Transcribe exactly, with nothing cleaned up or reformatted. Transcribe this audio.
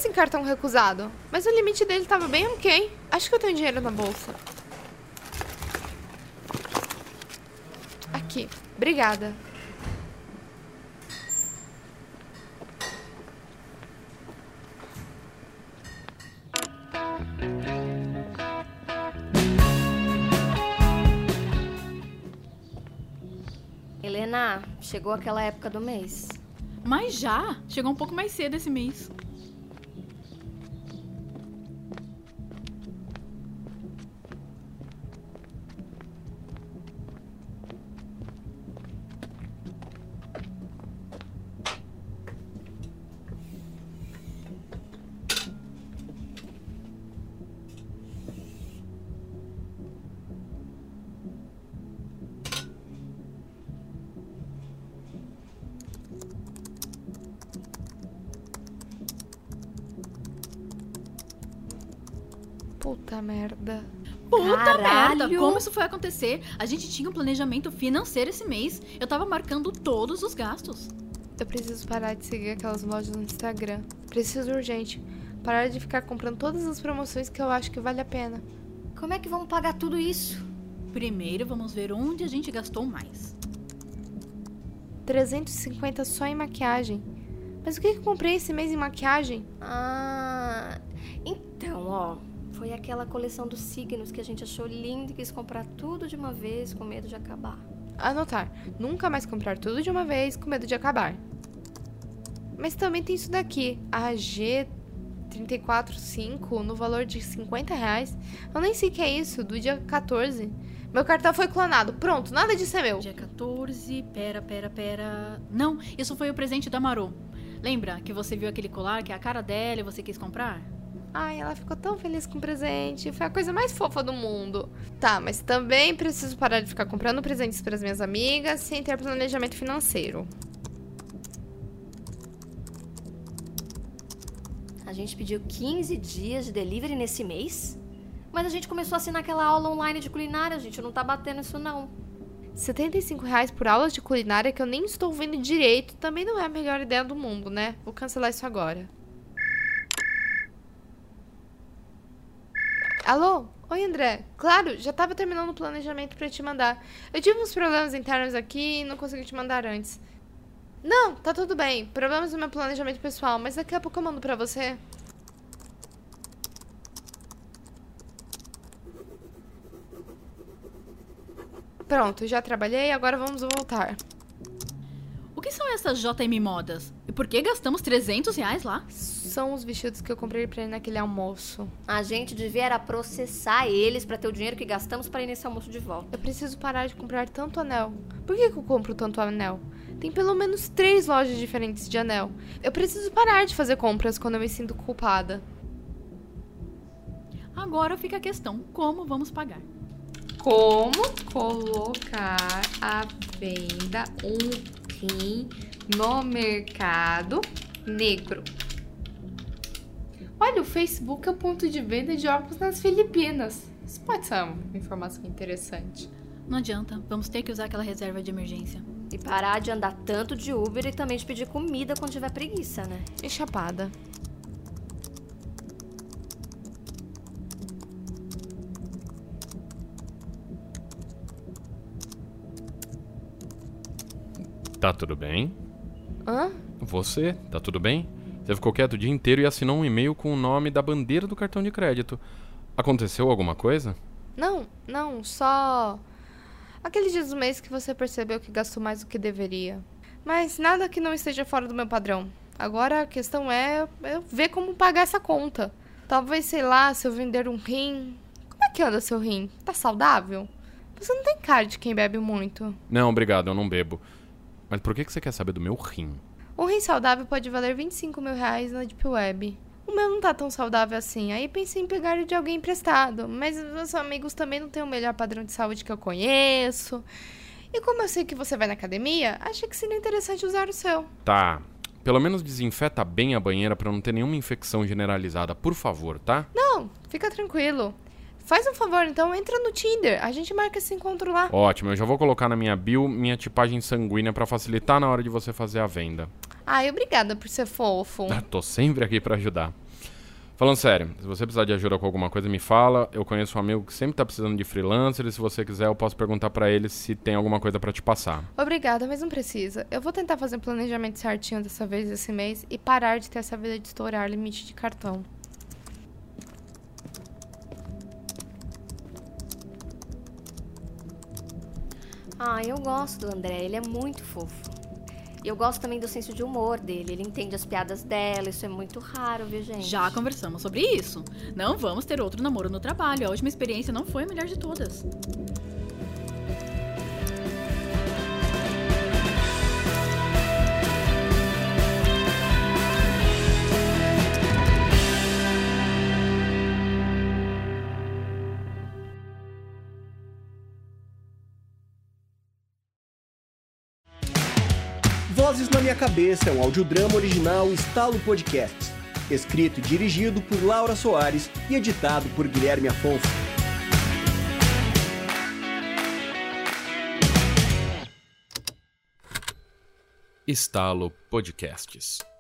assim cartão recusado? Mas o limite dele tava bem ok. Acho que eu tenho dinheiro na bolsa. Aqui, obrigada. Helena, chegou aquela época do mês. Mas já? Chegou um pouco mais cedo esse mês. Puta merda. Puta Caralho. merda! Como isso foi acontecer? A gente tinha um planejamento financeiro esse mês. Eu tava marcando todos os gastos. Eu preciso parar de seguir aquelas lojas no Instagram. Preciso urgente. Parar de ficar comprando todas as promoções que eu acho que vale a pena. Como é que vamos pagar tudo isso? Primeiro vamos ver onde a gente gastou mais. trezentos e cinquenta só em maquiagem. Mas o que eu comprei esse mês em maquiagem? Ah, então, ó, foi aquela coleção dos signos que a gente achou linda e quis comprar tudo de uma vez com medo de acabar. Anotar. Nunca mais comprar tudo de uma vez com medo de acabar. Mas também tem isso daqui. A G trinta e quatro cinco no valor de cinquenta reais. Eu nem sei o que é isso, do dia quatorze. Meu cartão foi clonado. Pronto, nada disso é meu. Dia quatorze, pera, pera, pera... Não, isso foi o presente da Marô. Lembra que você viu aquele colar que é a cara dela e você quis comprar? Ai, ela ficou tão feliz com o presente. Foi a coisa mais fofa do mundo. Tá, mas também preciso parar de ficar comprando presentes para as minhas amigas sem ter planejamento financeiro. A gente pediu quinze dias de delivery nesse mês, mas a gente começou a assinar aquela aula online de culinária, a gente não tá batendo isso não. setenta e cinco reais por aulas de culinária que eu nem estou vendo direito também não é a melhor ideia do mundo, né? Vou cancelar isso agora. Alô? Oi, André. Claro, já tava terminando o planejamento pra te mandar. Eu tive uns problemas internos aqui e não consegui te mandar antes. Não, tá tudo bem. Problemas no meu planejamento pessoal, mas daqui a pouco eu mando pra você. Pronto, já trabalhei, agora vamos voltar. O que são essas J M Modas? E por que gastamos trezentos reais lá? São os vestidos que eu comprei pra ir naquele almoço. A gente devia era processar eles pra ter o dinheiro que gastamos pra ir nesse almoço de volta. Eu preciso parar de comprar tanto anel. Por que que eu compro tanto anel? Tem pelo menos três lojas diferentes de anel. Eu preciso parar de fazer compras quando eu me sinto culpada. Agora fica a questão, como vamos pagar? Como colocar à venda um rim no mercado negro? Olha, o Facebook é o ponto de venda de óculos nas Filipinas. Isso pode ser uma informação interessante. Não adianta, vamos ter que usar aquela reserva de emergência. E parar de andar tanto de Uber e também de pedir comida quando tiver preguiça, né? E chapada. Tá tudo bem? Hã? Você, tá tudo bem? Você ficou quieto o dia inteiro e assinou um e-mail com o nome da bandeira do cartão de crédito. Aconteceu alguma coisa? Não, não, só... aqueles dias do mês que você percebeu que gastou mais do que deveria. Mas nada que não esteja fora do meu padrão. Agora a questão é eu ver como pagar essa conta. Talvez, sei lá, se eu vender um rim... Como é que anda seu rim? Tá saudável? Você não tem cara de quem bebe muito. Não, obrigado, eu não bebo. Mas por que que você quer saber do meu rim? Um rim saudável pode valer vinte e cinco mil reais na Deep Web. O meu não tá tão saudável assim, aí pensei em pegar o de alguém emprestado. Mas meus amigos também não têm o melhor padrão de saúde que eu conheço. E como eu sei que você vai na academia, achei que seria interessante usar o seu. Tá, pelo menos desinfeta bem a banheira pra não ter nenhuma infecção generalizada, por favor, tá? Não, fica tranquilo. Faz um favor, então, entra no Tinder. A gente marca esse encontro lá. Ótimo, eu já vou colocar na minha bio minha tipagem sanguínea pra facilitar na hora de você fazer a venda. Ai, obrigada por ser fofo. Ah, tô sempre aqui pra ajudar. Falando sério, se você precisar de ajuda com alguma coisa, me fala. Eu conheço um amigo que sempre tá precisando de freelancer e se você quiser eu posso perguntar pra ele se tem alguma coisa pra te passar. Obrigada, mas não precisa. Eu vou tentar fazer um planejamento certinho dessa vez esse mês e parar de ter essa vida de estourar limite de cartão. Ah, eu gosto do André, ele é muito fofo. E eu gosto também do senso de humor dele, ele entende as piadas dela, isso é muito raro, viu, gente? Já conversamos sobre isso. Não vamos ter outro namoro no trabalho. A última experiência não foi a melhor de todas. Vozes na Minha Cabeça é um audiodrama original Estalo Podcasts, escrito e dirigido por Laura Soares e editado por Guilherme Afonso. Estalo Podcasts.